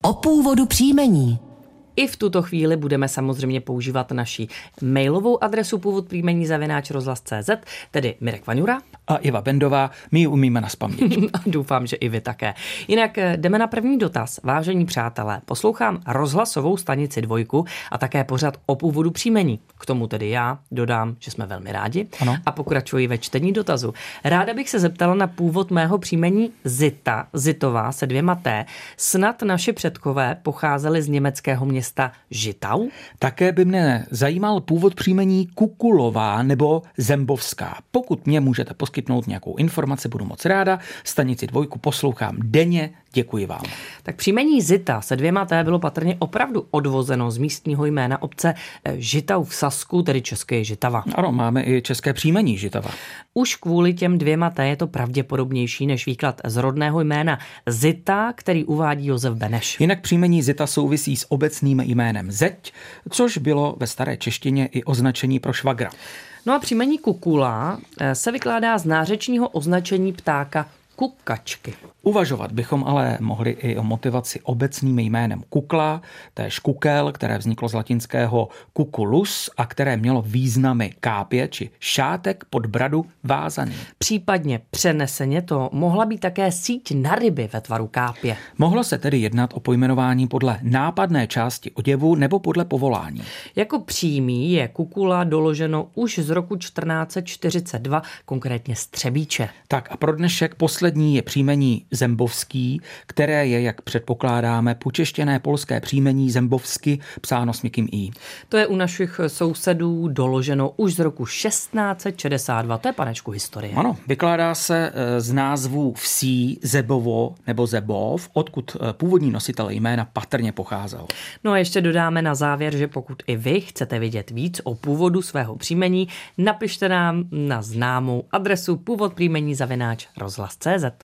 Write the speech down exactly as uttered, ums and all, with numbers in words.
o původu příjmení. I v tuto chvíli budeme samozřejmě používat naši mailovou adresu původ příjmení zavináč rozhlas tečka cé zet, tedy Mirek Vaňura a Iva Bendová, my ji umíme nazpaměť. Doufám, že i vy také. Jinak jdeme na první dotaz. Vážení přátelé, poslouchám rozhlasovou stanici Dvojku a také pořad o původu příjmení. K tomu tedy já dodám, že jsme velmi rádi. Ano. A pokračuji ve čtení dotazu. Ráda bych se zeptala na původ mého příjmení Zita, Zitová se dvěma T. Snad naši předkové pocházeli z německého města Žitau? Také by mne zajímal původ příjmení Kukulová nebo Zembovská. Pokud mě můžete poskytnout nějakou informaci, budu moc ráda. Stanici Dvojku poslouchám denně, děkuji vám. Tak příjmení Zita se dvěma T bylo patrně opravdu odvozeno z místního jména obce Žitau v Sasku, tedy české Žitava. Ano, máme i české příjmení Žitava. Už kvůli těm dvěma T je to pravděpodobnější než výklad z rodného jména Zita, který uvádí Josef Beneš. Jinak příjmení Zita souvisí s obecným jménem Zeď, což bylo ve staré češtině i označení pro švagra. No a příjmení Kukula se vykládá z nářečního označení ptáka kukačky. Uvažovat bychom ale mohli i o motivaci obecným jménem kukla, též kukel, které vzniklo z latinského kukulus a které mělo významy kápě či šátek pod bradu vázaný. Případně přeneseně to mohla být také síť na ryby ve tvaru kápě. Mohlo se tedy jednat o pojmenování podle nápadné části oděvu nebo podle povolání. Jako přímý je kukula doloženo už z roku čtrnáct set čtyřicet dva, konkrétně z Třebíče. Tak a pro dnešek poslední je příjmení Zembovský, které je, jak předpokládáme, počeštěné polské příjmení Zembovsky, psáno s měkkým i. To je u našich sousedů doloženo už z roku šestnáct set šedesát dva, to je, panečku, historie. Ano, vykládá se z názvů vsí Zebovo nebo Zebov, odkud původní nositel jména patrně pocházel. No a ještě dodáme na závěr, že pokud i vy chcete vědět víc o původu svého příjmení, napište nám na známou adresu původ příjmení zavináč rozhlas tečka cé zet.